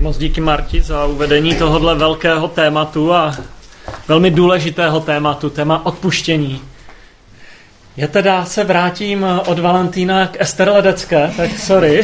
Moc díky, Marti, za uvedení tohohle velkého tématu a velmi důležitého tématu, téma odpuštění. Já teda se vrátím od Valentína k Ester Ledecké, tak sorry.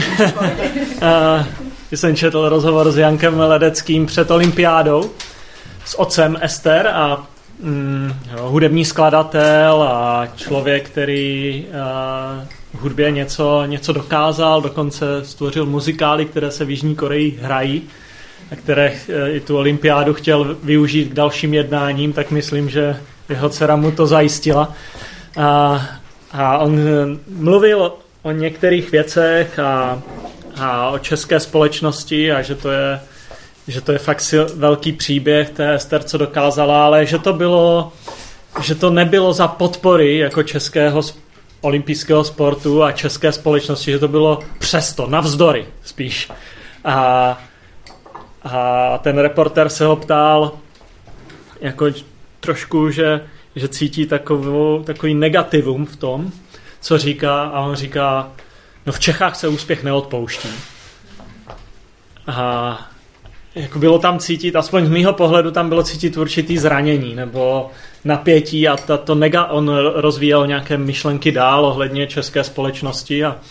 Jsem četl rozhovor s Jankem Ledeckým před olympiádou s otcem Ester a hudební skladatel a člověk, který v hudbě něco dokázal, dokonce stvořil muzikály, které se v Jižní Koreji hrají a které i tu olympiádu chtěl využít k dalším jednáním, tak myslím, že jeho dcera mu to zajistila. A on mluvil o některých věcech a o české společnosti a že to je fakt velký příběh té Ester, co dokázala, ale že to nebylo za podpory jako českého olympijského sportu a české společnosti, že to bylo přesto, navzdory spíš. A ten reportér se ho ptal jako trošku, že cítí takový negativum v tom, co říká, a on říká, no v Čechách se úspěch neodpouští. A jako bylo tam cítit, aspoň z mýho pohledu tam bylo cítit určitý zranění nebo napětí a on rozvíjel nějaké myšlenky dál ohledně české společnosti a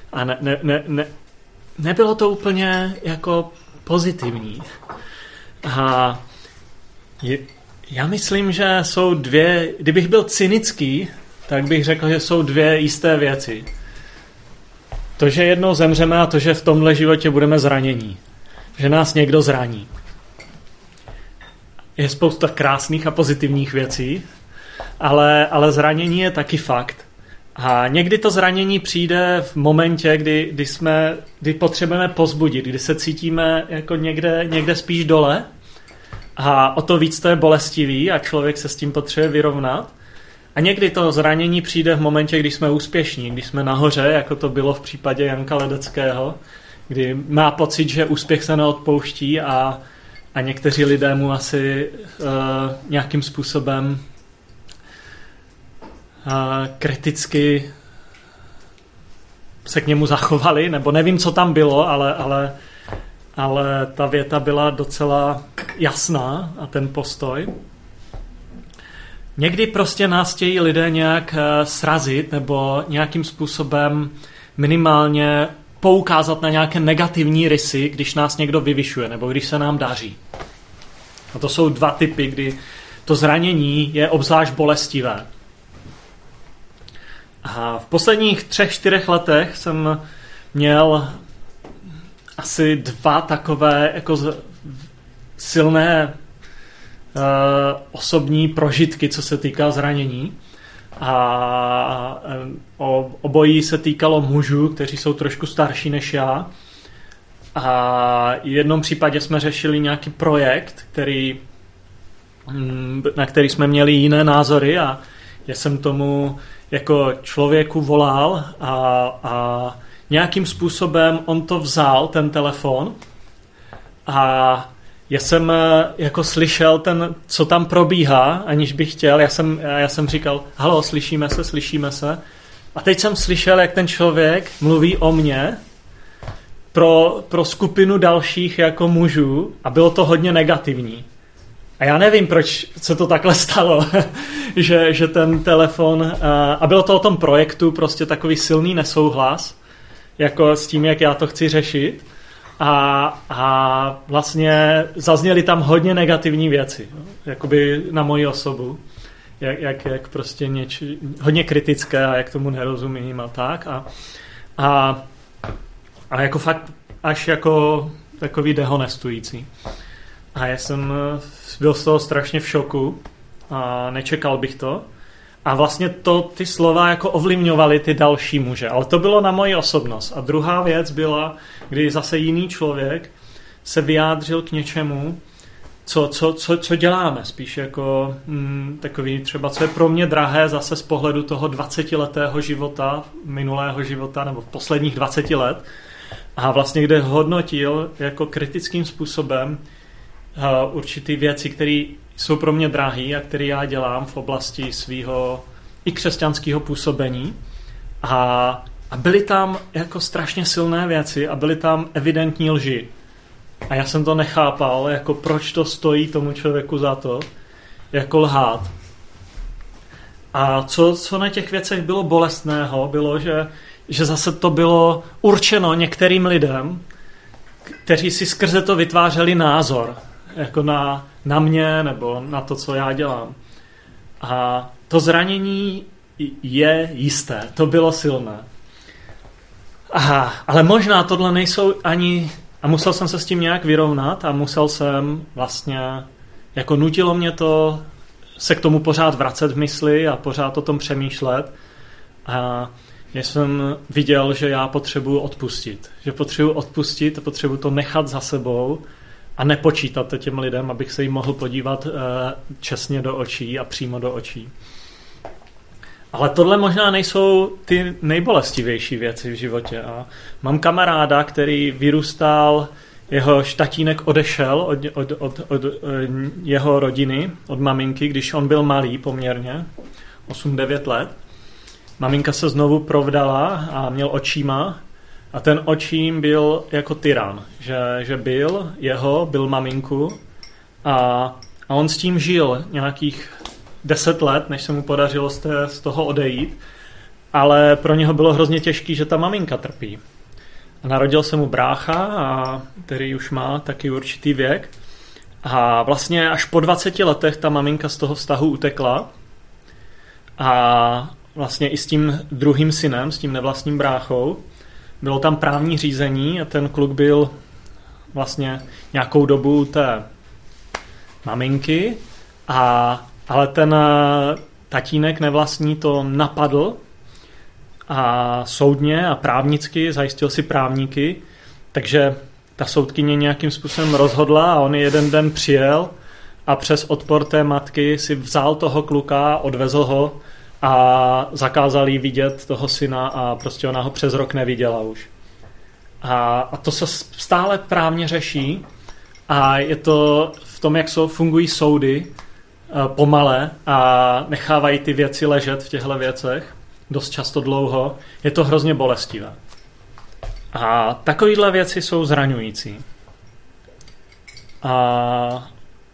nebylo to úplně jako pozitivní. A já myslím, že jsou dvě, kdybych byl cynický, tak bych řekl, že jsou dvě jisté věci. To, že jednou zemřeme a to, že v tomhle životě budeme zranění. Že nás někdo zraní. Je spousta krásných a pozitivních věcí, ale zranění je taky fakt. A někdy to zranění přijde v momentě, kdy potřebujeme povzbudit, kdy se cítíme jako někde spíš dole a o to víc to je bolestivý a člověk se s tím potřebuje vyrovnat. A někdy to zranění přijde v momentě, kdy jsme úspěšní, když jsme nahoře, jako to bylo v případě Janka Ledeckého, kdy má pocit, že úspěch se neodpouští a někteří lidé mu asi nějakým způsobem kriticky se k němu zachovali, nebo nevím, co tam bylo, ale ta věta byla docela jasná a ten postoj. Někdy prostě nás chtějí lidé nějak srazit nebo nějakým způsobem minimálně poukázat na nějaké negativní rysy, když nás někdo vyvyšuje nebo když se nám daří. A to jsou dva typy, kdy to zranění je obzvlášť bolestivé. A v posledních 3-4 letech jsem měl asi 2 takové jako silné osobní prožitky, co se týká zranění. A obojí se týkalo mužů, kteří jsou trošku starší než já. A v jednom případě jsme řešili nějaký projekt, na který jsme měli jiné názory a já jsem tomu jako člověku volal a nějakým způsobem on to vzal, ten telefon, a já jsem jako slyšel co tam probíhá, aniž bych chtěl. Já jsem říkal, halo, slyšíme se. A teď jsem slyšel, jak ten člověk mluví o mně pro skupinu dalších jako mužů a bylo to hodně negativní. A já nevím, proč se to takhle stalo, že ten telefon, a bylo to o tom projektu, prostě takový silný nesouhlas, jako s tím, jak já to chci řešit. A vlastně zazněly tam hodně negativní věci, jakoby na moji osobu, jak prostě hodně kritické a jak tomu nerozumím a tak. A jako fakt až jako takový dehonestující. A já jsem byl z toho strašně v šoku a nečekal bych to. A vlastně ty slova jako ovlivňovaly ty další muže. Ale to bylo na moji osobnost. A druhá věc byla, kdy zase jiný člověk se vyjádřil k něčemu, co děláme. Spíš jako takový třeba, co je pro mě drahé zase z pohledu toho 20letého života, minulého života nebo posledních 20 let. A vlastně kde hodnotil jako kritickým způsobem určitý věci, které jsou pro mě drahý a které já dělám v oblasti svého i křesťanského působení. A byly tam jako strašně silné věci a byly tam evidentní lži. A já jsem to nechápal, jako proč to stojí tomu člověku za to, jako lhát. A co na těch věcech bylo bolestného, bylo, že zase to bylo určeno některým lidem, kteří si skrze to vytvářeli názor, jako na mě nebo na to, co já dělám. A to zranění je jisté, to bylo silné. Aha, ale možná tohle nejsou ani... A musel jsem se s tím nějak vyrovnat a musel jsem vlastně... Jako nutilo mě to se k tomu pořád vracet v mysli a pořád o tom přemýšlet. A já jsem viděl, že já potřebuji odpustit. Že potřebuji odpustit a potřebuji to nechat za sebou a nepočítat to těm lidem, abych se jim mohl podívat čestně do očí a přímo do očí. Ale tohle možná nejsou ty nejbolestivější věci v životě. A mám kamaráda, který vyrůstal, jeho tatínek odešel od jeho rodiny, od maminky, když on byl malý poměrně, 8-9 let. Maminka se znovu provdala a měl očíma a ten očím byl jako tyran, že byl maminku a on s tím žil nějakých 10 let, než se mu podařilo z toho odejít, ale pro něho bylo hrozně těžký, že ta maminka trpí. A narodil se mu brácha, který už má taky určitý věk a vlastně až po 20 letech ta maminka z toho vztahu utekla a vlastně i s tím druhým synem, s tím nevlastním bráchou, bylo tam právní řízení a ten kluk byl vlastně nějakou dobu té maminky, ale ten tatínek nevlastní to napadl a soudně a právnicky, zajistil si právníky, takže ta soudkyně nějakým způsobem rozhodla a on jeden den přijel a přes odpor té matky si vzal toho kluka, odvezl ho a zakázal jí vidět toho syna a prostě ona ho přes rok neviděla už. A to se stále právně řeší a je to v tom, jak fungují soudy pomale a nechávají ty věci ležet v těchto věcech dost často dlouho. Je to hrozně bolestivé. A takovéhle věci jsou zraňující. A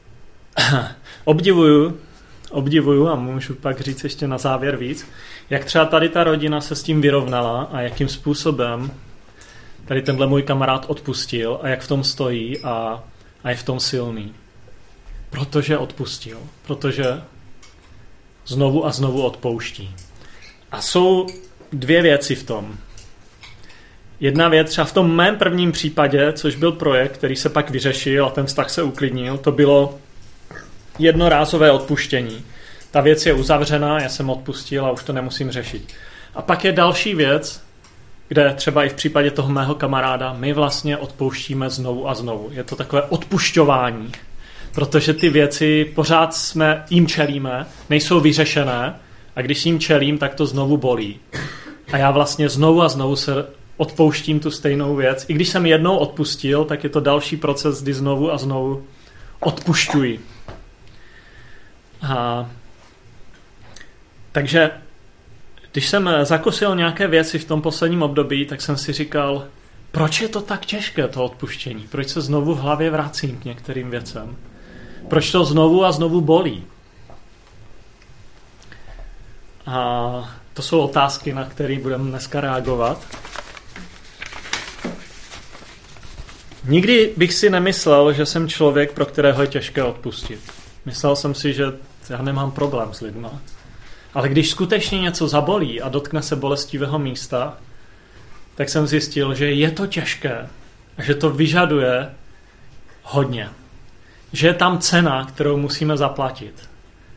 obdivuju a můžu pak říct ještě na závěr víc, jak třeba tady ta rodina se s tím vyrovnala a jakým způsobem tady tenhle můj kamarád odpustil a jak v tom stojí a je v tom silný. Protože odpustil. Protože znovu a znovu odpouští. A jsou dvě věci v tom. Jedna věc, třeba v tom mém prvním případě, což byl projekt, který se pak vyřešil a ten vztah se uklidnil, to bylo jednorázové odpuštění. Ta věc je uzavřená, já jsem odpustil a už to nemusím řešit. A pak je další věc, kde třeba i v případě toho mého kamaráda my vlastně odpouštíme znovu a znovu. Je to takové odpušťování, protože ty věci pořád jim čelíme, nejsou vyřešené a když jim čelím, tak to znovu bolí. A já vlastně znovu a znovu se odpouštím tu stejnou věc. I když jsem jednou odpustil, tak je to další proces, kdy znovu a znovu odpušťuji. Takže když jsem zakusil nějaké věci v tom posledním období, tak jsem si říkal, proč je to tak těžké, to odpuštění? Proč se znovu v hlavě vracím k některým věcem? Proč to znovu a znovu bolí? A to jsou otázky, na které budeme dneska reagovat. Nikdy bych si nemyslel, že jsem člověk, pro kterého je těžké odpustit. Myslel jsem si, že já nemám problém s lidma. Ale když skutečně něco zabolí a dotkne se bolestivého místa, tak jsem zjistil, že je to těžké a že to vyžaduje hodně. Že je tam cena, kterou musíme zaplatit.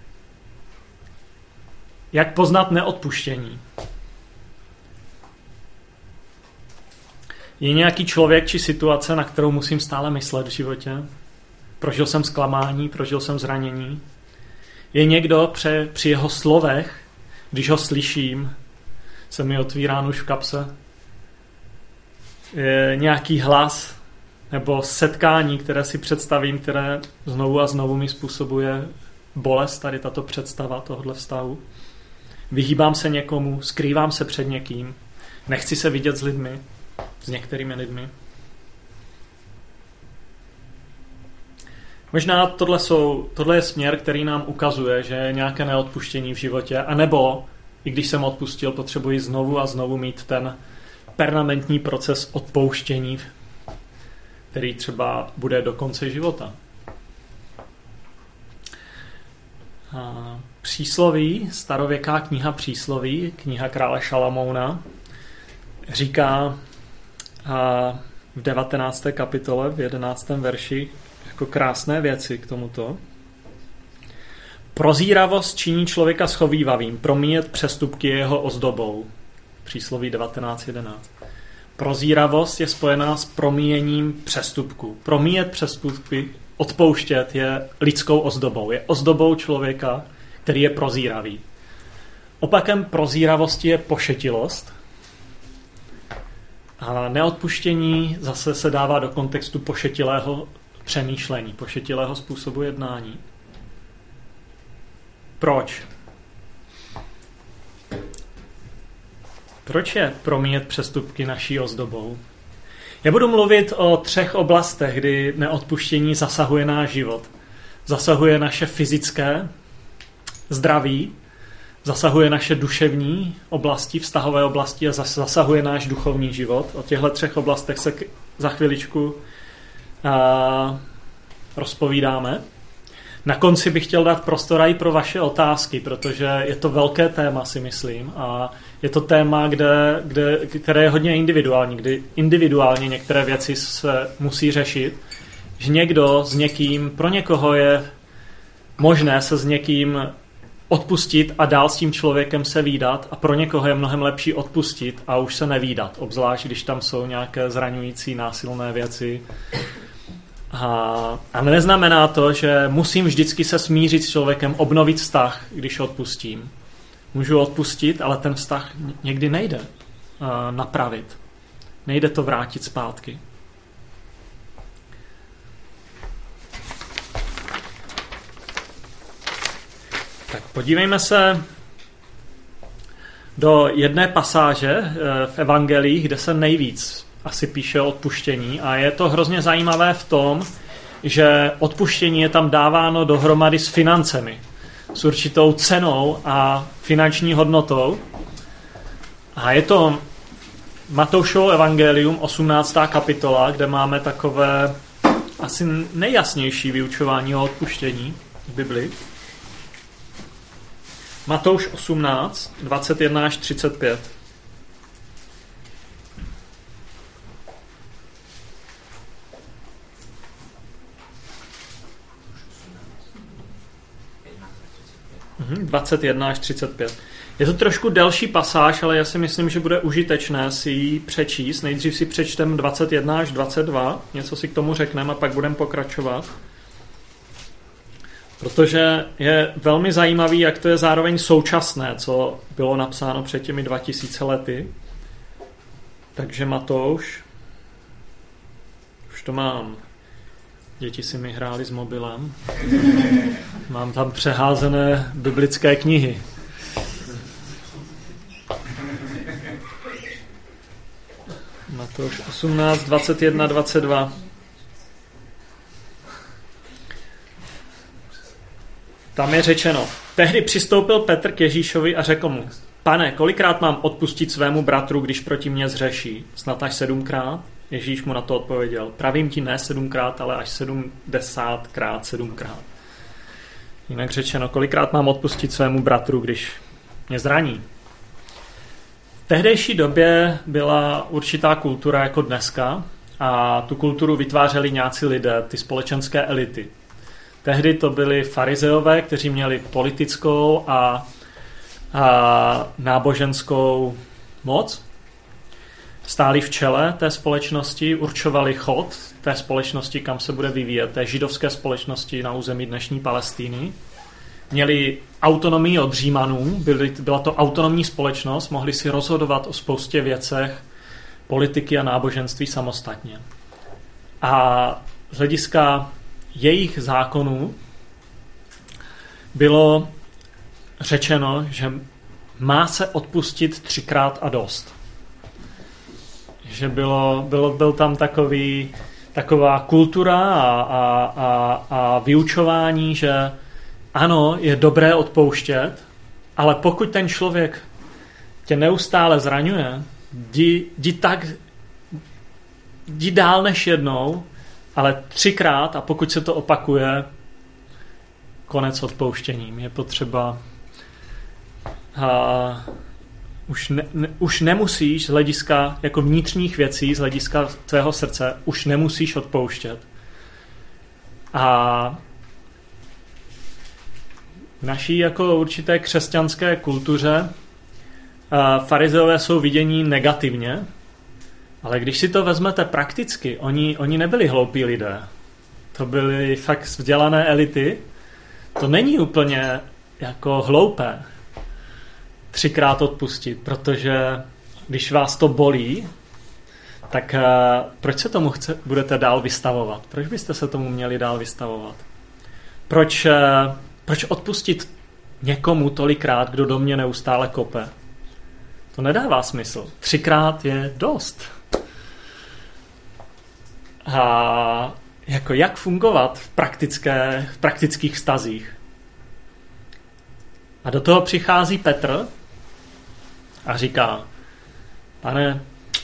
Jak poznat neodpuštění? Je nějaký člověk či situace, na kterou musím stále myslet v životě? Prožil jsem zklamání, prožil jsem zranění? Je někdo při jeho slovech, když ho slyším, se mi otvírá nůž v kapse? Je nějaký hlas nebo setkání, které si představím, které znovu a znovu mi způsobuje bolest, tady tato představa tohohle vztahu? Vyhýbám se někomu, skrývám se před někým, nechci se vidět s lidmi, s některými lidmi. Možná tohle je směr, který nám ukazuje, že je nějaké neodpuštění v životě, anebo i když jsem odpustil, potřebuji znovu a znovu mít ten permanentní proces odpouštění, který třeba bude do konce života. Přísloví, starověká kniha Přísloví, kniha krále Šalamouna, říká v 19. kapitole, v 11. verši, jako krásné věci k tomuto. Prozíravost činí člověka schovívavým, promíjet přestupky jeho ozdobou. Přísloví 19.11. Prozíravost je spojená s promíjením přestupků. Promíjet přestupky, odpouštět je lidskou ozdobou. Je ozdobou člověka, který je prozíravý. Opakem prozíravosti je pošetilost. A neodpuštění zase se dává do kontextu pošetilého přemýšlení, pošetilého způsobu jednání. Proč? Proč je promíjet přestupky naší ozdobou? Já budu mluvit o 3 oblastech, kdy neodpuštění zasahuje náš život. Zasahuje naše fyzické zdraví, zasahuje naše duševní oblasti, vztahové oblasti a zasahuje náš duchovní život. O těchto 3 oblastech se za chviličku rozpovídáme. Na konci bych chtěl dát prostor i pro vaše otázky, protože je to velké téma, si myslím, a je to téma, které je hodně individuální, kdy individuálně některé věci se musí řešit, že někdo s někým, pro někoho je možné se s někým odpustit a dál s tím člověkem se vídat a pro někoho je mnohem lepší odpustit a už se nevídat, obzvlášť když tam jsou nějaké zraňující násilné věci. A neznamená to, že musím vždycky se smířit s člověkem, obnovit vztah, když odpustím. Můžu odpustit, ale ten vztah někdy nejde napravit. Nejde to vrátit zpátky. Tak podívejme se do jedné pasáže v evangelích, kde se nejvíc asi píše o odpuštění a je to hrozně zajímavé v tom, že odpuštění je tam dáváno dohromady s financemi, s určitou cenou a finanční hodnotou. A je to Matoušovo evangelium, 18. kapitola, kde máme takové asi nejjasnější vyučování o odpuštění v Biblii. Matouš 18, 21 až 35. Mhm, 21 až 35. Je to trošku delší pasáž, ale já si myslím, že bude užitečné si ji přečíst. Nejdřív si přečtem 21 až 22, něco si k tomu řekneme a pak budeme pokračovat. Protože je velmi zajímavý, jak to je zároveň současné, co bylo napsáno před těmi 2000 lety. Takže Matouš, už to mám. Děti si mi hráli s mobilem. Mám tam přeházené biblické knihy. Matouš 18, 21, 22. Tam je řečeno, tehdy přistoupil Petr k Ježíšovi a řekl mu, Pane, kolikrát mám odpustit svému bratru, když proti mně zřeší? Snad až 7krát? Ježíš mu na to odpověděl, pravím ti ne 7krát, ale až 70krát 7krát. Jinak řečeno, kolikrát mám odpustit svému bratru, když mě zraní? V tehdejší době byla určitá kultura jako dneska a tu kulturu vytvářeli nějací lidé, ty společenské elity. Tehdy to byli farizeové, kteří měli politickou a náboženskou moc. Stáli v čele té společnosti, určovali chod té společnosti, kam se bude vyvíjet, té židovské společnosti na území dnešní Palestiny. Měli autonomii od Římanů, byla to autonomní společnost, mohli si rozhodovat o spoustě věcech politiky a náboženství samostatně. A z hlediska jejich zákonů bylo řečeno, že má se odpustit 3krát a dost. Že byl tam taková kultura a vyučování, že ano, je dobré odpouštět, ale pokud ten člověk tě neustále zraňuje, jdi dál než jednou, ale 3krát, a pokud se to opakuje, konec odpouštěním. Je potřeba už nemusíš z hlediska jako vnitřních věcí, z hlediska tvého srdce, už nemusíš odpouštět. A v naší jako určité křesťanské kultuře farizeové jsou vidění negativně, ale když si to vezmete prakticky, oni nebyli hloupí lidé. To byly fakt vzdělané elity. To není úplně jako hloupé 3krát odpustit, protože když vás to bolí, tak proč se tomu budete dál vystavovat? Proč byste se tomu měli dál vystavovat? Proč odpustit někomu tolikrát, kdo do mě neustále kope? To nedává smysl. 3krát je dost. A jak fungovat v praktických vztazích? A do toho přichází Petr a říká: Pane,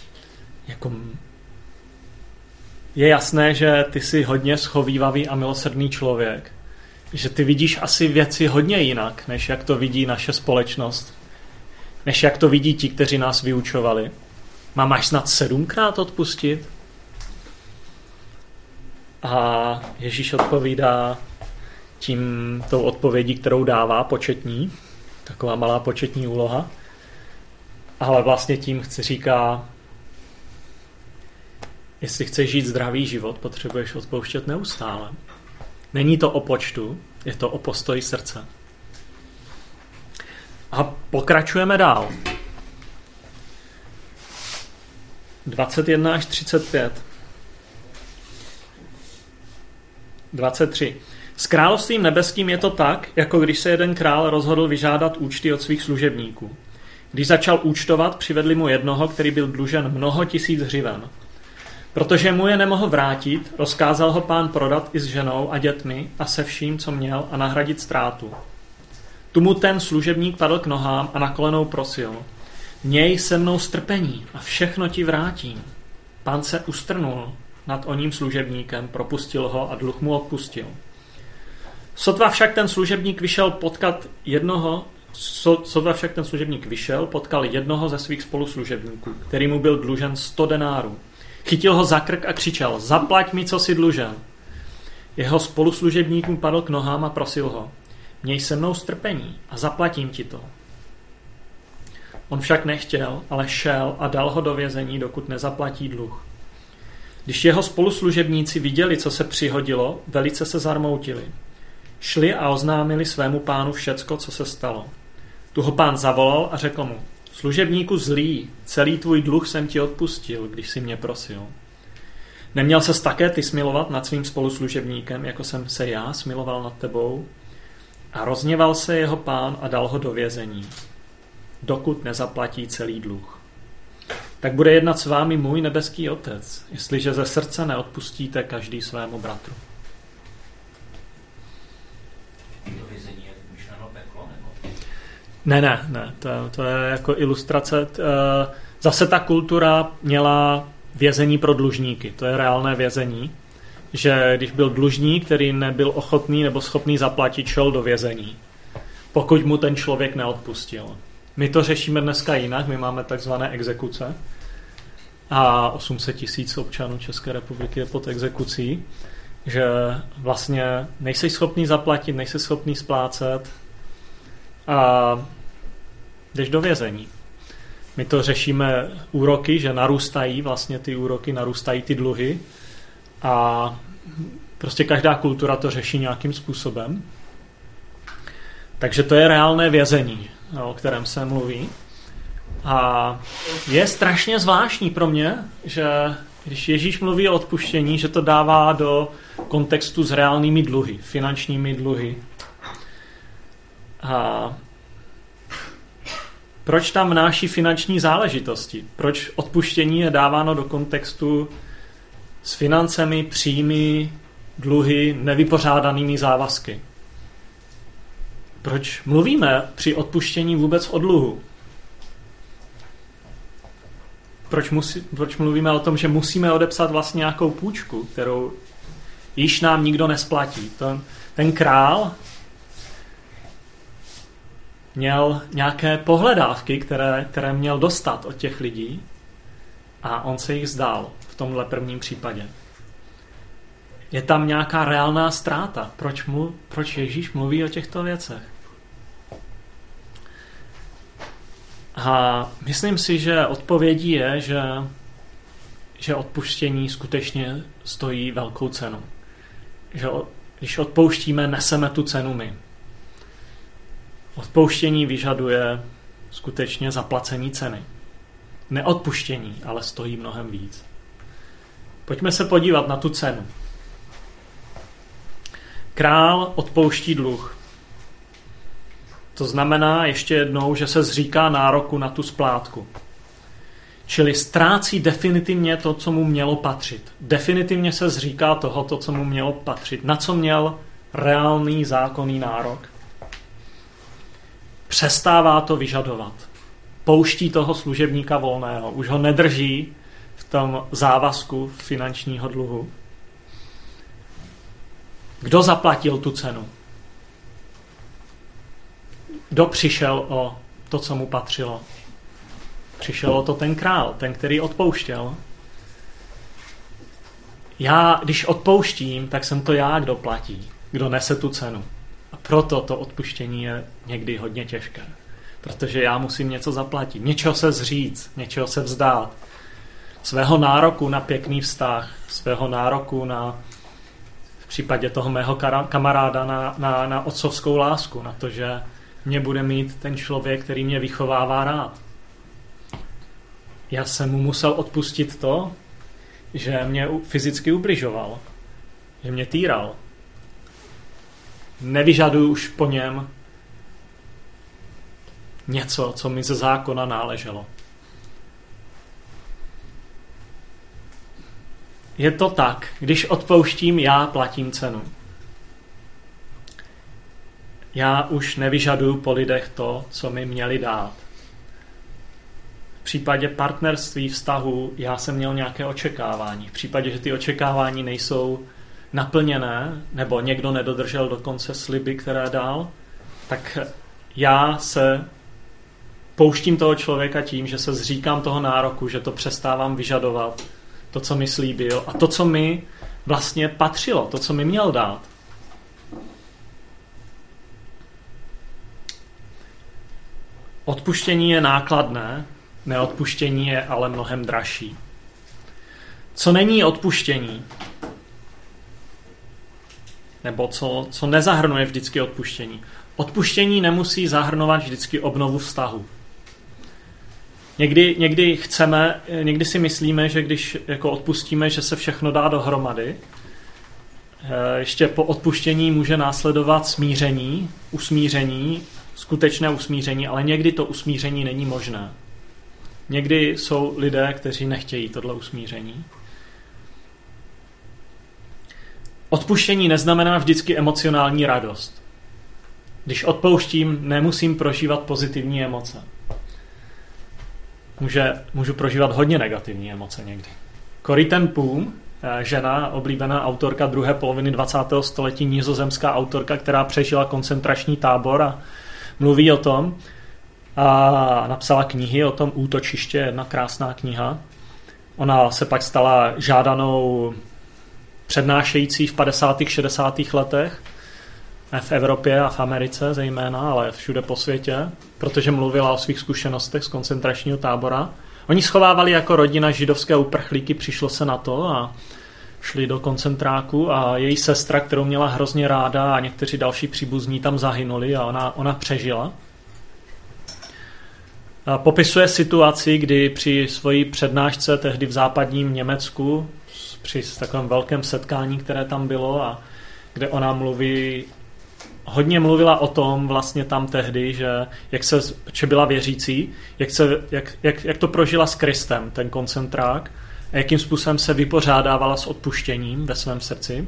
je jasné, že ty jsi hodně schovívavý a milosrdný člověk, že ty vidíš asi věci hodně jinak, než jak to vidí naše společnost, než jak to vidí ti, kteří nás vyučovali. Máš snad 7krát odpustit? A Ježíš odpovídá tou odpovědí, kterou dává, početní, taková malá početní úloha, ale vlastně tím říká, jestli chceš žít zdravý život, potřebuješ odpouštět neustále. Není to o počtu, je to o postoji srdce. A pokračujeme dál. 21 až 35. 23. S královstvím nebeským je to tak, jako když se jeden král rozhodl vyžádat účty od svých služebníků. Když začal účtovat, přivedli mu jednoho, který byl dlužen mnoho tisíc hřiven. Protože mu je nemohl vrátit, rozkázal ho pán prodat i s ženou a dětmi a se vším, co měl, a nahradit ztrátu. Tu mu ten služebník padl k nohám a na kolenou prosil: Měj se mnou strpení a všechno ti vrátím. Pán se ustrnul nad oním služebníkem, propustil ho a dluh mu odpustil. Sotva však ten služebník potkal jednoho ze svých spoluslužebníků, který mu byl dlužen 100 denárů. Chytil ho za krk a křičel: Zaplať mi, co jsi dlužen. Jeho spoluslužebník mu padl k nohám a prosil ho: Měj se mnou strpení a zaplatím ti to. On však nechtěl, ale šel a dal ho do vězení, dokud nezaplatí dluh. Když jeho spoluslužebníci viděli, co se přihodilo, velice se zarmoutili. Šli a oznámili svému pánu všecko, co se stalo. Tu ho pán zavolal a řekl mu: Služebníku zlý, celý tvůj dluh jsem ti odpustil, když si mě prosil. Neměl ses také ty smilovat nad svým spoluslužebníkem, jako jsem se já smiloval nad tebou? A rozněval se jeho pán a dal ho do vězení, dokud nezaplatí celý dluh. Tak bude jednat s vámi můj nebeský Otec, jestliže ze srdce neodpustíte každý svému bratru. Do vězení je myšleno peklo, nebo? Ne, to je jako ilustrace. Zase ta kultura měla vězení pro dlužníky, to je reálné vězení, že když byl dlužník, který nebyl ochotný nebo schopný zaplatit, šel do vězení, pokud mu ten člověk neodpustil. My to řešíme dneska jinak, my máme takzvané exekuce a 800 000 občanů České republiky je pod exekucí, že vlastně nejsi schopný zaplatit, nejsi schopný splácet a jdeš do vězení. My to řešíme úroky, že narůstají vlastně ty úroky, narůstají ty dluhy a prostě každá kultura to řeší nějakým způsobem. Takže to je reálné vězení, o kterém se mluví. A je strašně zvláštní pro mě, že když Ježíš mluví o odpuštění, že to dává do kontextu s reálnými dluhy, finančními dluhy. A proč tam vnáší finanční záležitosti? Proč odpuštění je dáváno do kontextu s financemi, příjmy, dluhy, nevypořádanými závazky. Proč mluvíme při odpuštění vůbec o dluhu? Proč mluvíme o tom, že musíme odepsat vlastně nějakou půjčku, kterou již nám nikdo nesplatí? Ten král měl nějaké pohledávky, které měl dostat od těch lidí a on se jich vzdal v tomhle prvním případě. Je tam nějaká reálná ztráta. Proč Ježíš mluví o těchto věcech? A myslím si, že odpovědí je, že odpuštění skutečně stojí velkou cenu. Že když odpouštíme, neseme tu cenu my. Odpouštění vyžaduje skutečně zaplacení ceny. Neodpuštění, ale stojí mnohem víc. Pojďme se podívat na tu cenu. Král odpouští dluh. To znamená ještě jednou, že se zříká nároku na tu splátku. Čili ztrácí definitivně to, co mu mělo patřit. Definitivně se zříká toho, co mu mělo patřit. Na co měl reálný zákonný nárok. Přestává to vyžadovat. Pouští toho služebníka volného. Už ho nedrží v tom závazku finančního dluhu. Kdo zaplatil tu cenu? Kdo přišel o to, co mu patřilo? Přišel o to ten král, ten, který odpouštěl. Já, když odpouštím, tak jsem to já, kdo platí, kdo nese tu cenu. A proto to odpuštění je někdy hodně těžké. Protože já musím něco zaplatit, něčeho se zříct, něčeho se vzdát. Svého nároku na pěkný vztah, svého nároku na, v případě toho mého kamaráda, na otcovskou lásku, na to, že mě bude mít ten člověk, který mě vychovává rád. Já jsem mu musel odpustit to, že mě fyzicky ubližoval, že mě týral. Nevyžaduju už po něm něco, co mi ze zákona náleželo. Je to tak, když odpouštím, já platím cenu. Já už nevyžaduju po lidech to, co mi měli dát. V případě partnerství, vztahu, já jsem měl nějaké očekávání. V případě, že ty očekávání nejsou naplněné, nebo někdo nedodržel dokonce sliby, které dal, tak já se pouštím toho člověka tím, že se zříkám toho nároku, že to přestávám vyžadovat, to, co mi slíbil a to, co mi vlastně patřilo, to, co mi měl dát. Odpuštění je nákladné, neodpuštění je ale mnohem dražší. Co není odpuštění? Nebo co nezahrnuje vždycky odpuštění? Odpuštění nemusí zahrnovat vždycky obnovu vztahu. Někdy si myslíme, že když jako odpustíme, že se všechno dá dohromady. Ještě po odpuštění může následovat smíření, usmíření, skutečné usmíření, ale někdy to usmíření není možné. Někdy jsou lidé, kteří nechtějí tohle usmíření. Odpuštění neznamená vždycky emocionální radost. Když odpouštím, nemusím prožívat pozitivní emoce. Můžu prožívat hodně negativní emoce někdy. Corrie ten Boom, žena, oblíbená autorka druhé poloviny 20. století, nizozemská autorka, která přežila koncentrační tábor a mluví o tom a napsala knihy o tom Útočiště, jedna krásná kniha. Ona se pak stala žádanou přednášející v 50. 60. letech v Evropě a v Americe zejména, ale všude po světě, protože mluvila o svých zkušenostech z koncentračního tábora. Oni schovávali jako rodina židovské uprchlíky, přišlo se na to a šli do koncentráku a její sestra, kterou měla hrozně ráda a někteří další příbuzní tam zahynuli a ona přežila. A popisuje situaci, kdy při svojí přednášce tehdy v západním Německu, při takovém velkém setkání, které tam bylo a kde ona hodně mluvila o tom vlastně tam tehdy, že byla věřící, jak to prožila s Kristem, ten koncentrák a jakým způsobem se vypořádávala s odpuštěním ve svém srdci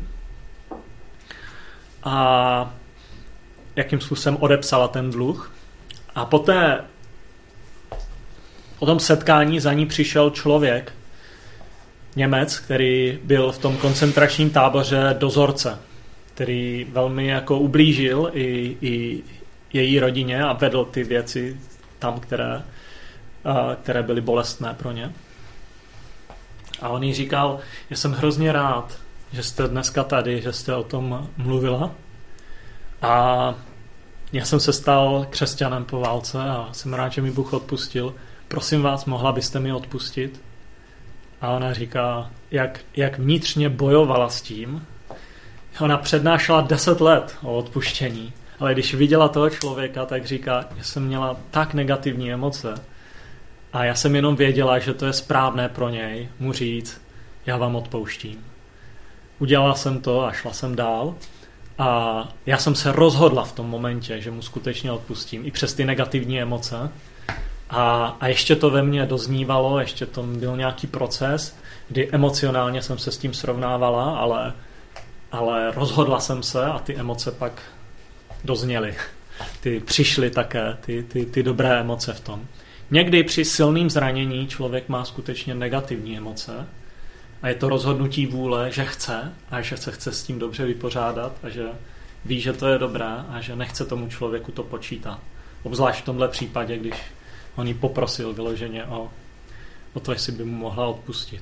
a jakým způsobem odepsala ten dluh. A poté po tom setkání za ní přišel člověk, Němec, který byl v tom koncentračním táboře dozorce, který velmi jako ublížil i její rodině a vedl ty věci tam, které byly bolestné pro ně. A on jí říkal, že jsem hrozně rád, že jste dneska tady, že jste o tom mluvila. A já jsem se stal křesťanem po válce a jsem rád, že mi Bůh odpustil. Prosím vás, mohla byste mi odpustit? A ona říká, jak vnitřně bojovala s tím. Ona přednášela 10 let o odpuštění, ale když viděla toho člověka, tak říká, že jsem měla tak negativní emoce a já jsem jenom věděla, že to je správné pro něj mu říct, já vám odpouštím. Udělala jsem to a šla jsem dál a já jsem se rozhodla v tom momentě, že mu skutečně odpustím i přes ty negativní emoce. A ještě to ve mně doznívalo, ještě to byl nějaký proces, kdy emocionálně jsem se s tím srovnávala, ale rozhodla jsem se a ty emoce pak dozněly. Ty přišly také, ty dobré emoce v tom. Někdy při silným zranění člověk má skutečně negativní emoce a je to rozhodnutí vůle, že chce a že se chce s tím dobře vypořádat a že ví, že to je dobré a že nechce tomu člověku to počítat. Obzvlášť v tomhle případě, když on jí poprosil vyloženě o to, jestli by mu mohla odpustit.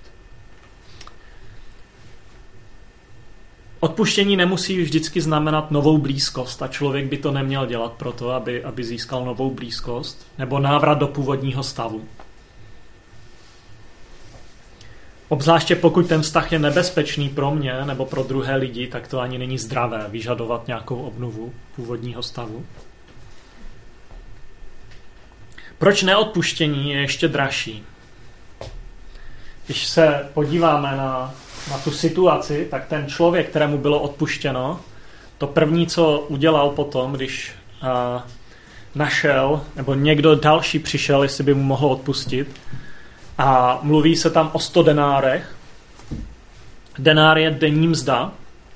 Odpuštění nemusí vždycky znamenat novou blízkost a člověk by to neměl dělat proto, aby získal novou blízkost nebo návrat do původního stavu. Obzvláště pokud ten vztah je nebezpečný pro mě nebo pro druhé lidi, tak to ani není zdravé vyžadovat nějakou obnovu původního stavu. Proč neodpuštění je ještě dražší? Když se podíváme na tu situaci, tak ten člověk, kterému bylo odpuštěno, to první, co udělal potom, když našel, nebo někdo další přišel, jestli by mu mohl odpustit, a mluví se tam o 100 denárech. Denár je denní mzda,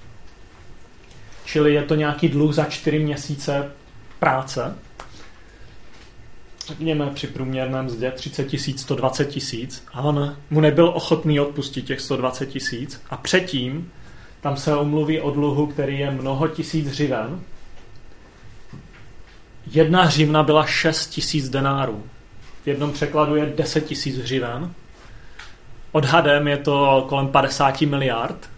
čili je to nějaký dluh za 4 měsíce práce. Řekněme při průměrném mzdě 30 000, 120 000 a on mu nebyl ochotný odpustit těch 120 000 a předtím tam se omluví o dluhu, který je mnoho tisíc hřiven. 1 hřivna byla 6 000 denárů. V jednom překladu je 10 000 hřiven. Odhadem je to kolem 50 miliard.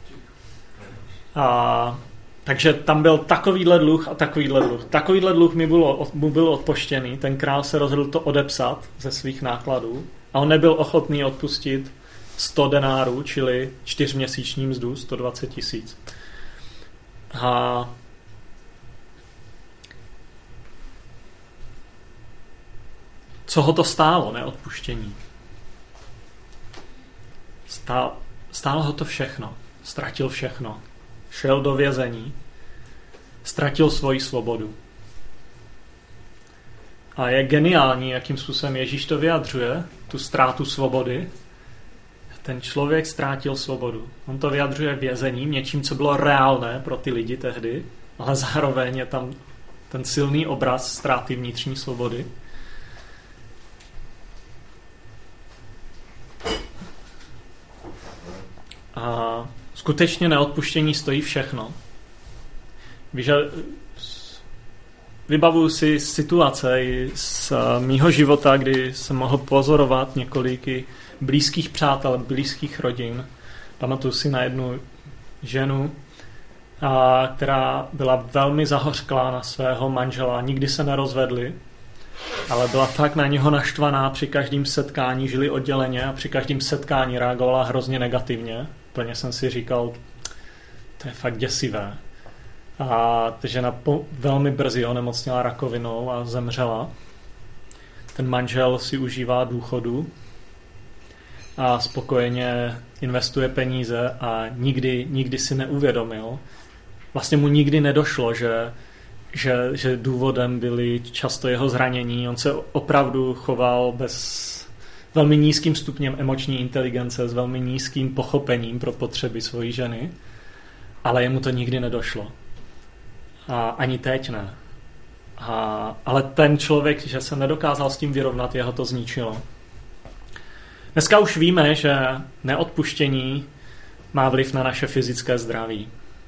Takže tam byl takovýhle dluh a takovýhle dluh. Takovýhle dluh mu byl odpoštěný. Ten král se rozhodl to odepsat ze svých nákladů a on nebyl ochotný odpustit 100 denárů, čili 4měsíční mzdu, 120 000. A co ho to stálo, neodpuštění? Stálo ho to všechno. Ztratil všechno. Šel do vězení. Ztratil svoji svobodu. A je geniální, jakým způsobem Ježíš to vyjadřuje, tu ztrátu svobody. Ten člověk ztrátil svobodu. On to vyjadřuje vězením, něčím, co bylo reálné pro ty lidi tehdy, ale zároveň je tam ten silný obraz ztráty vnitřní svobody. A skutečně neodpuštění stojí všechno. Vybavuju si situace z mýho života, kdy jsem mohl pozorovat několik blízkých přátel, blízkých rodin. Pamatuju si na jednu ženu, která byla velmi zahořklá na svého manžela. Nikdy se nerozvedli, ale byla fakt na něho naštvaná při každém setkání, žili odděleně a při každém setkání reagovala hrozně negativně. Plně jsem si říkal, to je fakt děsivé. A ta žena velmi brzy onemocněla rakovinou a zemřela. Ten manžel si užívá důchodu a spokojeně investuje peníze a nikdy si neuvědomil. Vlastně mu nikdy nedošlo, že důvodem byly často jeho zranění. On se opravdu choval velmi nízkým stupněm emoční inteligence, s velmi nízkým pochopením pro potřeby svojí ženy, ale jemu to nikdy nedošlo. A ani teď ne. Ale ten člověk, že se nedokázal s tím vyrovnat, jeho to zničilo. Dneska už víme, že neodpuštění má vliv na naše fyzické zdraví.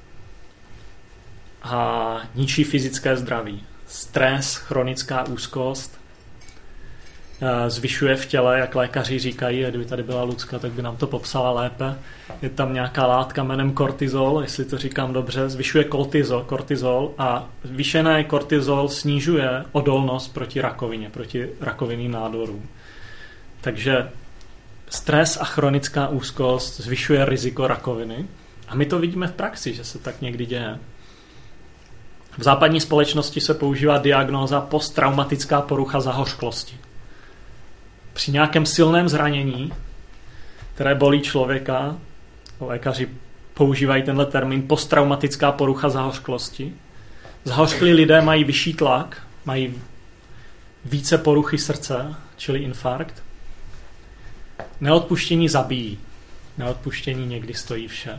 A ničí fyzické zdraví. Stres, chronická úzkost zvyšuje v těle, jak lékaři říkají, a kdyby tady byla Lucka, tak by nám to popsala lépe. Je tam nějaká látka jménem kortizol, jestli to říkám dobře, zvyšuje kortizol a zvýšený kortizol snižuje odolnost proti rakovině, proti rakovinným nádorům. Takže stres a chronická úzkost zvyšuje riziko rakoviny a my to vidíme v praxi, že se tak někdy děje. V západní společnosti se používá diagnóza posttraumatická porucha zahořklosti. Při nějakém silném zranění, které bolí člověka, lékaři používají tenhle termín posttraumatická porucha zahořklosti. Zahořklí lidé mají vyšší tlak, mají více poruchy srdce, čili infarkt. Neodpuštění zabíjí. Neodpuštění někdy stojí vše.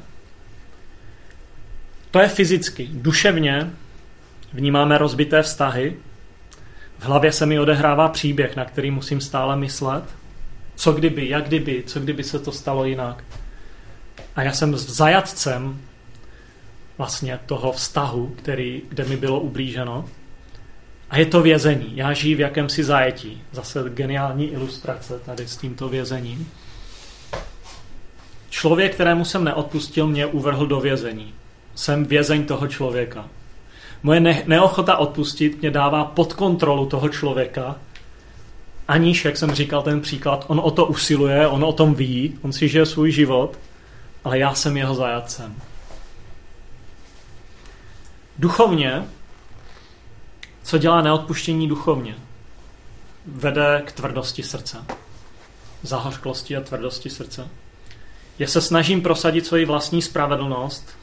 To je fyzicky. Duševně vnímáme rozbité vztahy. V hlavě se mi odehrává příběh, na který musím stále myslet. Co kdyby, jak kdyby, co kdyby se to stalo jinak. A já jsem zajatcem vlastně toho vztahu, kde mi bylo ublíženo. A je to vězení. Já žiju v jakémsi zajetí. Zase geniální ilustrace tady s tímto vězením. Člověk, kterému jsem neodpustil, mě uvrhl do vězení. Jsem vězeň toho člověka. Moje neochota odpustit mě dává pod kontrolu toho člověka, aniž, jak jsem říkal ten příklad, on o to usiluje, on o tom ví, on si žije svůj život, ale já jsem jeho zajatcem. Duchovně, co dělá neodpuštění duchovně? Vede k tvrdosti srdce. Zahořklosti a tvrdosti srdce. Já se snažím prosadit svoji vlastní spravedlnost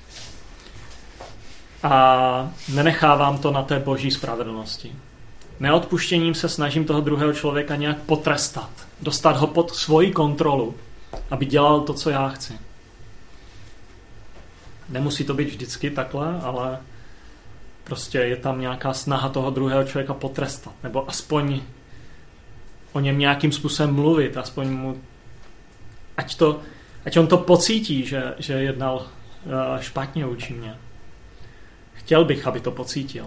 a nenechávám to na té boží spravedlnosti. Neodpuštěním se snažím toho druhého člověka nějak potrestat. Dostat ho pod svoji kontrolu, aby dělal to, co já chci. Nemusí to být vždycky takhle, ale prostě je tam nějaká snaha toho druhého člověka potrestat. Nebo aspoň o něm nějakým způsobem mluvit. Aspoň mu, ať on to pocítí, že jednal špatně vůči mně. Chtěl bych, aby to pocítil.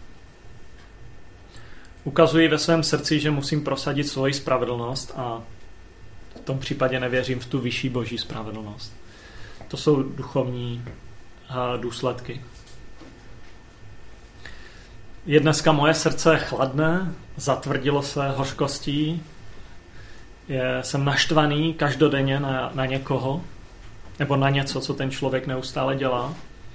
Ukazuji ve svém srdci, že musím prosadit svoji spravedlnost a v tom případě nevěřím v tu vyšší boží spravedlnost. To jsou duchovní důsledky. Je dneska moje srdce chladné, zatvrdilo se hořkostí, jsem naštvaný každodenně na někoho nebo na něco, co ten člověk neustále dělá.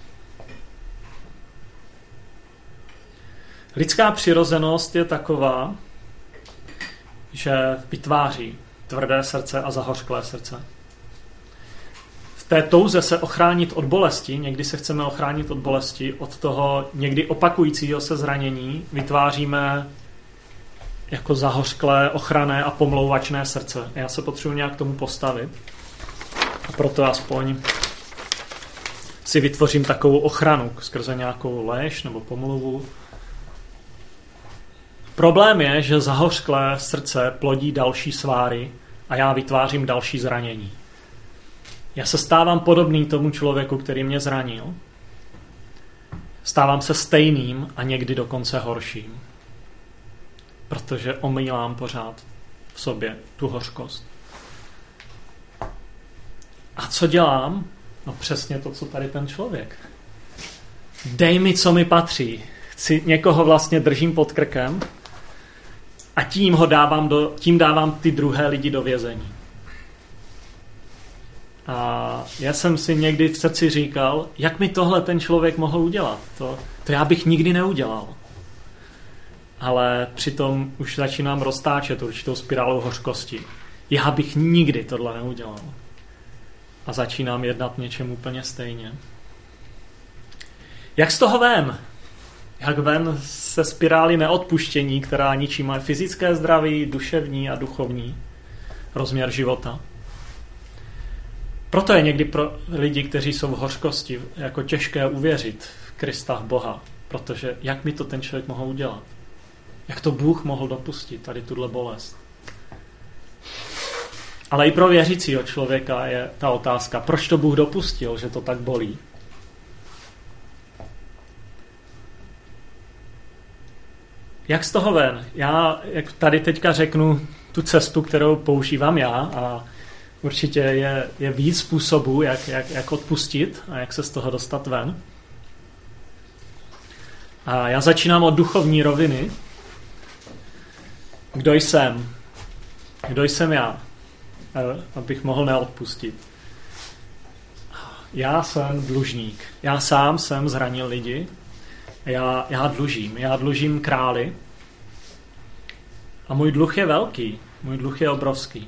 Lidská přirozenost je taková, že vytváří tvrdé srdce a zahořklé srdce. V té touze se ochránit od bolesti, někdy se chceme ochránit od bolesti, od toho někdy opakujícího se zranění, vytváříme jako zahořklé, ochranné a pomlouvačné srdce. Já se potřebuji nějak k tomu postavit. A proto aspoň si vytvořím takovou ochranu skrze nějakou lež nebo pomluvu. Problém je, že zahořklé srdce plodí další sváry a já vytvářím další zranění. Já se stávám podobný tomu člověku, který mě zranil. Stávám se stejným a někdy dokonce horším. Protože omýlám pořád v sobě tu hořkost. A co dělám? No přesně to, co tady ten člověk. Dej mi, co mi patří. Někoho vlastně držím pod krkem a tím dávám ty druhé lidi do vězení. A já jsem si někdy v srdci říkal, jak mi tohle ten člověk mohl udělat. To já bych nikdy neudělal. Ale přitom už začínám roztáčet určitou spirálu hořkosti. Já bych nikdy tohle neudělal. A začínám jednat něčem úplně stejně. Jak z toho ven? Jak ven se spirály neodpuštění, která ničí moje fyzické zdraví, duševní a duchovní? rozměr života. Proto je někdy pro lidi, kteří jsou v hořkosti, jako těžké uvěřit v Krista, v Boha. Protože jak mi to ten člověk mohl udělat? Jak to Bůh mohl dopustit, tady tuhle bolest? Ale i pro věřícího člověka je ta otázka, proč to Bůh dopustil, že to tak bolí? Jak z toho ven? Já jak tady teďka řeknu tu cestu, kterou používám já, a určitě je víc způsobů, jak odpustit a jak se z toho dostat ven. A já začínám od duchovní roviny. Kdo jsem? Kdo jsem já? Abych mohl neodpustit. Já jsem dlužník. Já sám jsem zranil lidi. Já dlužím králi. A můj dluh je velký. Můj dluh je obrovský.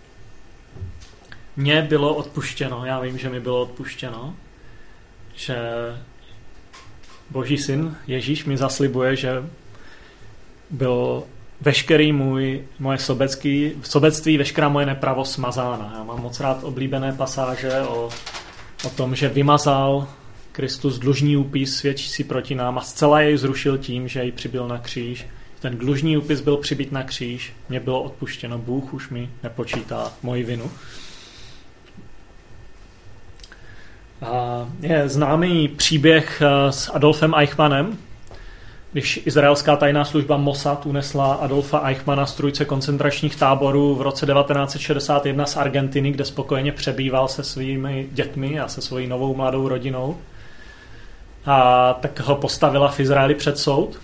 Mně bylo odpuštěno. Já vím, že mi bylo odpuštěno. Že Boží syn Ježíš mi zaslibuje, že byl veškerý moje sobectví, veškerá moje nepravost smazána. Já mám moc rád oblíbené pasáže o tom, že vymazal Kristus dlužní úpis svědčící proti nám a zcela jej zrušil tím, že jej přibyl na kříž. Ten dlužní úpis byl přibit na kříž, mě bylo odpuštěno, Bůh už mi nepočítá moji vinu. A je známý příběh s Adolfem Eichmannem, když izraelská tajná služba Mossad unesla Adolfa Eichmanna z trojce koncentračních táborů v roce 1961 z Argentiny, kde spokojeně přebýval se svými dětmi a se svojí novou mladou rodinou. A tak ho postavila v Izraeli před soud.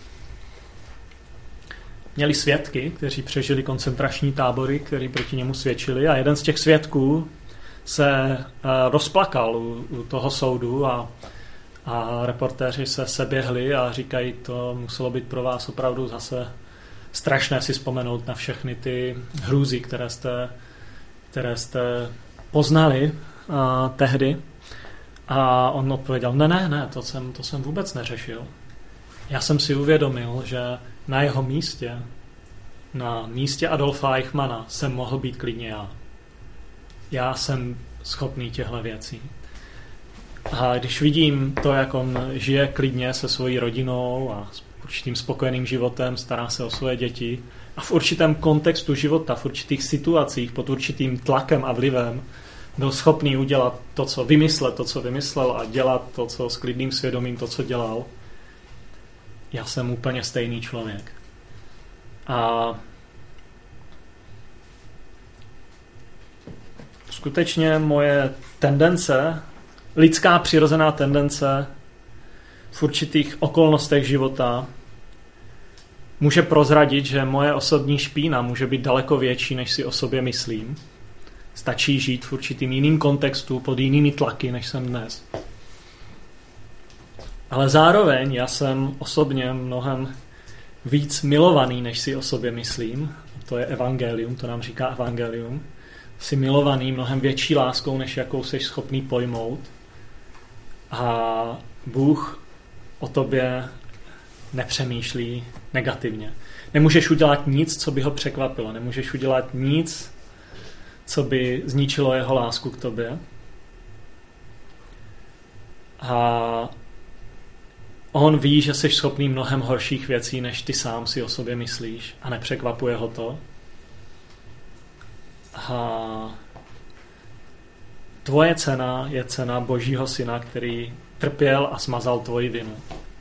Měli svědky, kteří přežili koncentrační tábory, kteří proti němu svědčili, a jeden z těch svědků se rozplakal u toho soudu a reportéři se seběhli a říkají, to muselo být pro vás opravdu zase strašné si vzpomenout na všechny ty hrůzy, které jste poznali tehdy. A on odpověděl, ne, to jsem vůbec neřešil. Já jsem si uvědomil, že na jeho místě, na místě Adolfa Eichmanna jsem mohl být klidně já. Já jsem schopný těchto věcí. A když vidím to, jak on žije klidně se svojí rodinou a s určitým spokojeným životem, stará se o svoje děti a v určitém kontextu života, v určitých situacích, pod určitým tlakem a vlivem byl schopný udělat to, co vymyslel a dělat to, co s klidným svědomím, to, co dělal, já jsem úplně stejný člověk. A skutečně moje tendence, lidská přirozená tendence v určitých okolnostech života může prozradit, že moje osobní špína může být daleko větší, než si o sobě myslím. Stačí žít v určitým jiným kontextu, pod jinými tlaky, než jsem dnes. Ale zároveň já jsem osobně mnohem víc milovaný, než si o sobě myslím. To je evangelium, to nám říká evangelium. Jsi milovaný mnohem větší láskou, než jakou jsi schopný pojmout. A Bůh o tobě nepřemýšlí negativně. Nemůžeš udělat nic, co by ho překvapilo. Nemůžeš udělat nic, co by zničilo jeho lásku k tobě. A on ví, že jsi schopný mnohem horších věcí, než ty sám si o sobě myslíš, a nepřekvapuje ho to. A tvoje cena je cena Božího syna, který trpěl a smazal tvoji vinu.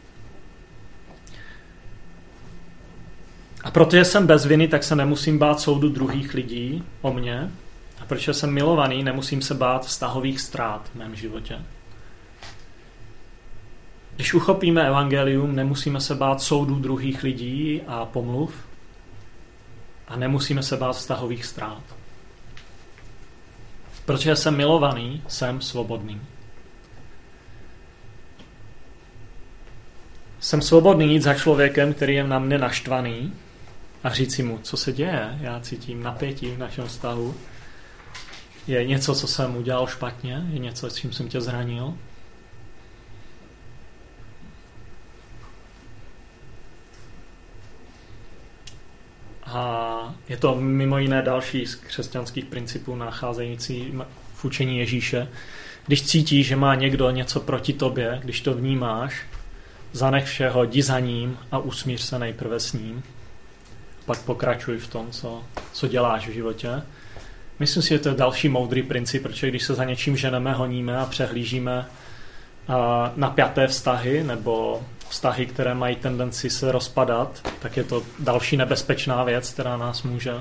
A protože jsem bez viny, tak se nemusím bát soudu druhých lidí o mě. A protože jsem milovaný, nemusím se bát vztahových ztrát v mém životě. Když uchopíme evangelium, nemusíme se bát soudů druhých lidí a pomluv. A nemusíme se bát vztahových ztrát. Protože jsem milovaný, jsem svobodný. Jsem svobodný jít za člověkem, který je na mne naštvaný, a říci mu, co se děje. Já cítím napětí v našem vztahu. Je něco, co jsem udělal špatně? Je něco, s čím jsem tě zranil? A Je to mimo jiné další z křesťanských principů nacházející v učení Ježíše. Když cítíš, že má někdo něco proti tobě, když to vnímáš, zanech všeho, jdi za ním a usmíř se nejprve s ním. Pak pokračuj v tom, co děláš v životě. Myslím si, že to je další moudrý princip, protože když se za něčím ženeme, honíme a přehlížíme napjaté vztahy nebo vztahy, které mají tendenci se rozpadat, tak je to další nebezpečná věc, která nás může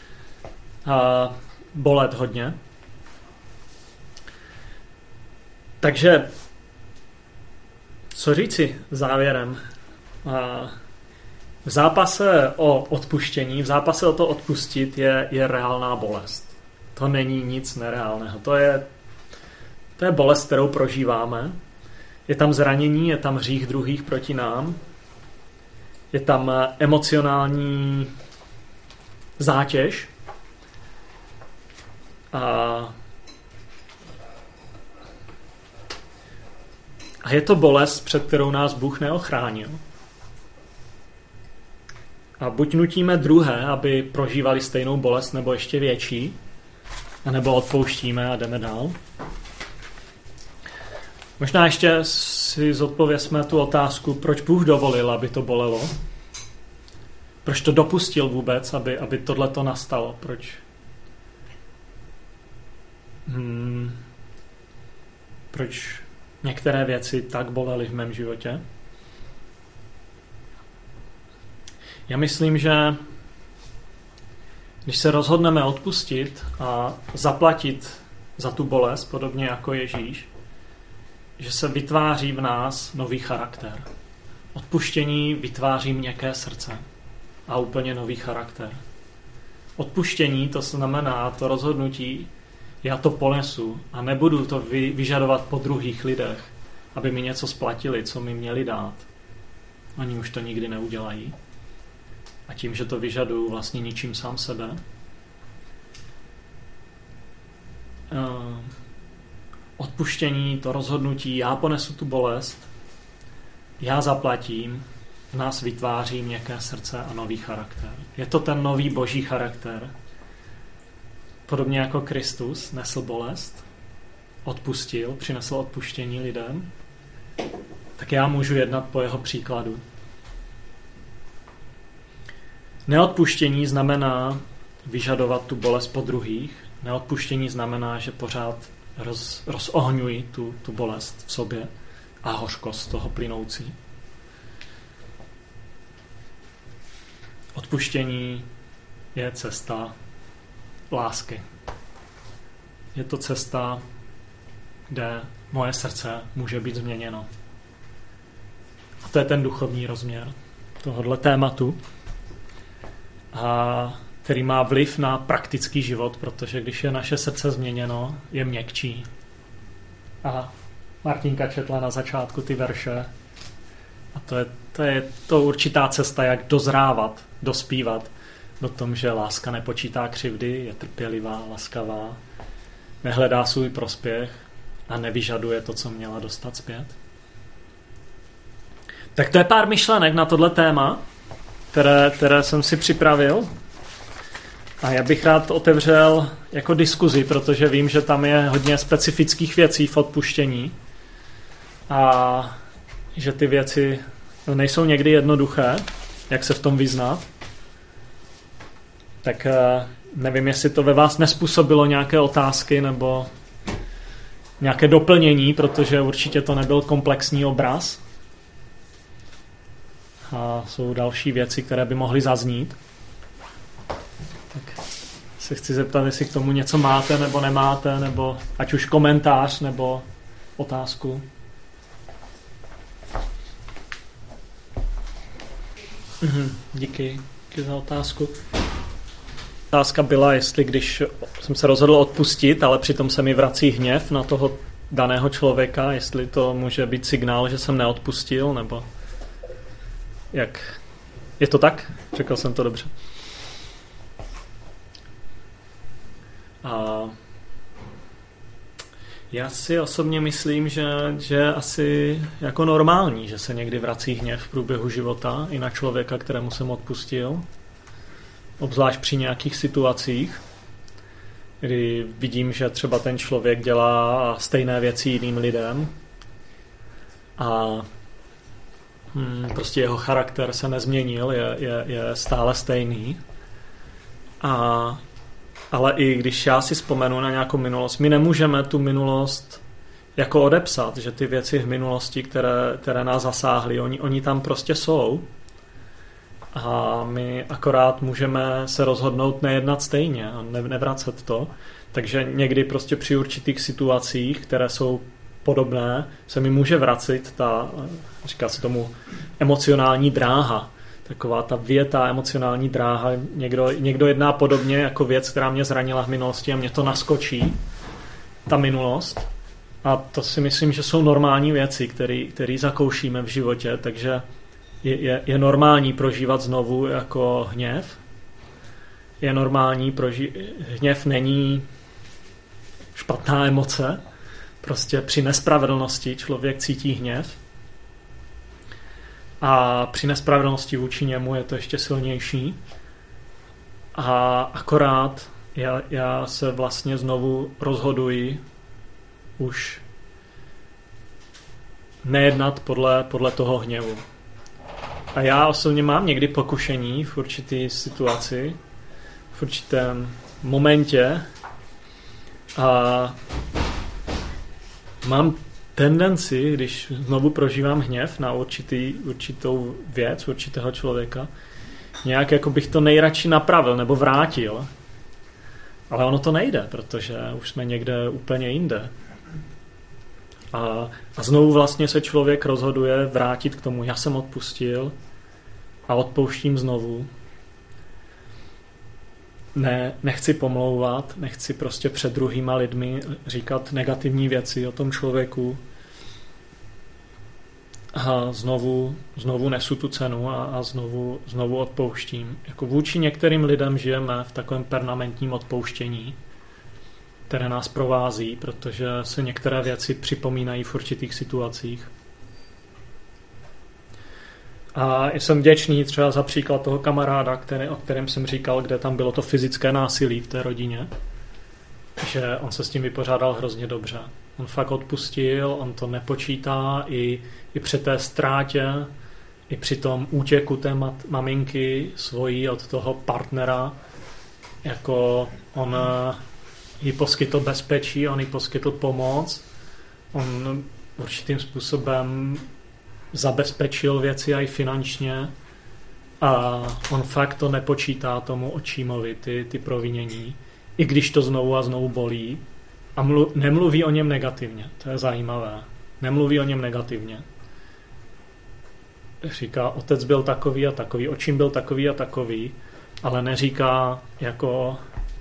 bolet hodně. Takže co říci závěrem? V zápase o odpuštění, v zápase o to odpustit je reálná bolest. To není nic nereálného. To je bolest, kterou prožíváme. Je tam zranění, je tam hřích druhých proti nám. Je tam emocionální zátěž. A je to bolest, před kterou nás Bůh neochránil. A buď nutíme druhé, aby prožívali stejnou bolest, nebo ještě větší, anebo odpouštíme a jdeme dál. Možná ještě si zodpovězme tu otázku, proč Bůh dovolil, aby to bolelo. Proč to dopustil vůbec, aby tohleto nastalo. Proč některé věci tak bolely v mém životě. Já myslím, že když se rozhodneme odpustit a zaplatit za tu bolest, podobně jako Ježíš, že se vytváří v nás nový charakter. Odpuštění vytváří měkké srdce a úplně nový charakter. Odpuštění, to znamená to rozhodnutí, já to ponesu a nebudu to vyžadovat po druhých lidech, aby mi něco splatili, co mi měli dát. Oni už to nikdy neudělají. A tím, že to vyžaduju, vlastně ničím sám sebe. Odpuštění, to rozhodnutí, já ponesu tu bolest, já zaplatím, v nás vytváří měkké srdce a nový charakter. Je to ten nový boží charakter. Podobně jako Kristus nesl bolest, odpustil, přinesl odpuštění lidem, tak já můžu jednat po jeho příkladu. Neodpuštění znamená vyžadovat tu bolest po druhých. Neodpuštění znamená, že pořád rozohňuji tu bolest v sobě a hořkost z toho plynoucí. Odpuštění je cesta lásky. Je to cesta, kde moje srdce může být změněno. A to je ten duchovní rozměr tohohle tématu, a který má vliv na praktický život, protože když je naše srdce změněno, je měkčí. A Martinka četla na začátku ty verše. A to je určitá cesta, jak dozrávat, dospívat do tom, že láska nepočítá křivdy, je trpělivá, laskavá, nehledá svůj prospěch a nevyžaduje to, co měla dostat zpět. Tak to je pár myšlenek na tohle téma, které jsem si připravil. A já bych rád otevřel jako diskuzi, protože vím, že tam je hodně specifických věcí v odpuštění a že ty věci nejsou někdy jednoduché, jak se v tom vyznat. Tak nevím, jestli to ve vás nezpůsobilo nějaké otázky nebo nějaké doplnění, protože určitě to nebyl komplexní obraz. A jsou další věci, které by mohly zaznít. Tak se chci zeptat, jestli k tomu něco máte nebo nemáte, nebo ať už komentář nebo otázku. Díky za otázku. Otázka byla, jestli když jsem se rozhodl odpustit, ale přitom se mi vrací hněv na toho daného člověka, jestli to může být signál, že jsem neodpustil, nebo jak? Je to tak? Řekl jsem to dobře. A já si osobně myslím, že asi jako normální, že se někdy vrací hněv v průběhu života i na člověka, kterému jsem odpustil. obzvlášť při nějakých situacích, kdy vidím, že třeba ten člověk dělá stejné věci jiným lidem a prostě jeho charakter se nezměnil, je stále stejný. Ale i když já si vzpomenu na nějakou minulost, my nemůžeme tu minulost jako odepsat, že ty věci v minulosti, které nás zasáhly, oni tam prostě jsou. A my akorát můžeme se rozhodnout nejednat stejně a nevracet to. Takže někdy prostě při určitých situacích, které jsou podobné, se mi může vracet říká se tomu emocionální dráha. Taková ta větá emocionální dráha. Někdo jedná podobně jako věc, která mě zranila v minulosti a mě to naskočí, ta minulost. A to si myslím, že jsou normální věci, které zakoušíme v životě, takže je normální prožívat znovu jako hněv. Je normální hněv není špatná emoce. Prostě při nespravedlnosti člověk cítí hněv. A při nespravedlnosti vůči němu je to ještě silnější. A akorát já se vlastně znovu rozhoduji už nejednat podle toho hněvu. A já osobně mám někdy pokušení v určité situaci, v určitém momentě a mám tendenci, když znovu prožívám hněv na určitou věc, určitého člověka, nějak jako bych to nejradši napravil nebo vrátil. Ale ono to nejde, protože už jsme někde úplně jinde. A znovu vlastně se člověk rozhoduje vrátit k tomu, já jsem odpustil a odpouštím znovu. Nechci pomlouvat, nechci prostě před druhýma lidmi říkat negativní věci o tom člověku. A znovu nesu tu cenu a znovu odpouštím. Jako vůči některým lidem žijeme v takovém permanentním odpouštění, které nás provází, protože se některé věci připomínají v určitých situacích. A jsem vděčný třeba za příklad toho kamaráda, o kterém jsem říkal, kde tam bylo to fyzické násilí v té rodině, že on se s tím vypořádal hrozně dobře. On fakt odpustil, on to nepočítá i při té ztrátě, i při tom útěku té maminky svojí od toho partnera, jako on jí poskytl bezpečí, on jí poskytl pomoc, on určitým způsobem zabezpečil věci i finančně a on fakt to nepočítá tomu očímovi, ty provinění, i když to znovu a znovu bolí a nemluví o něm negativně, to je zajímavé, nemluví o něm negativně. Říká, otec byl takový a takový, očím byl takový a takový, ale neříká jako,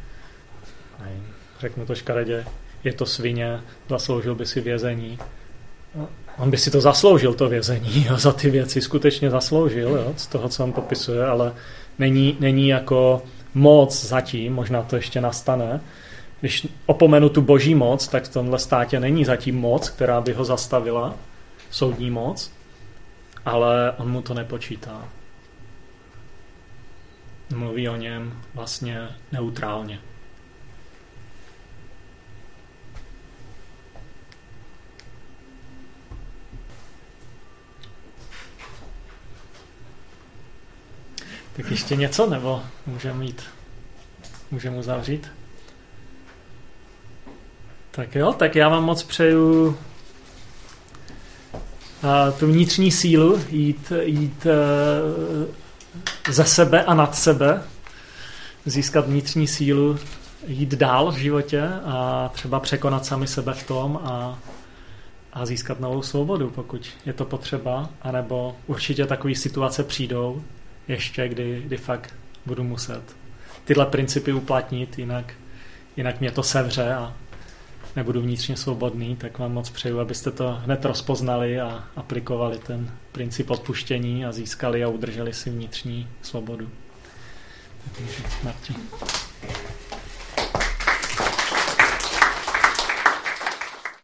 řeknu to škaredě, je to svině, zasloužil by si vězení. On by si to zasloužil, to vězení, jo, za ty věci skutečně zasloužil, jo, z toho, co on popisuje, ale není jako moc zatím, možná to ještě nastane. Když opomenu tu boží moc, tak v tomhle státě není zatím moc, která by ho zastavila, soudní moc, ale on mu to nepočítá. Mluví o něm vlastně neutrálně. Tak ještě něco, nebo můžeme uzavřít? Tak jo, tak já vám moc přeju tu vnitřní sílu jít ze sebe a nad sebe, získat vnitřní sílu, jít dál v životě a třeba překonat sami sebe v tom a získat novou svobodu, pokud je to potřeba, anebo určitě takové situace přijdou ještě, kdy fakt budu muset tyhle principy uplatnit, jinak mě to sevře a nebudu vnitřně svobodný, tak vám moc přeju, abyste to hned rozpoznali a aplikovali ten princip odpuštění a získali a udrželi si vnitřní svobodu. Takže Martin.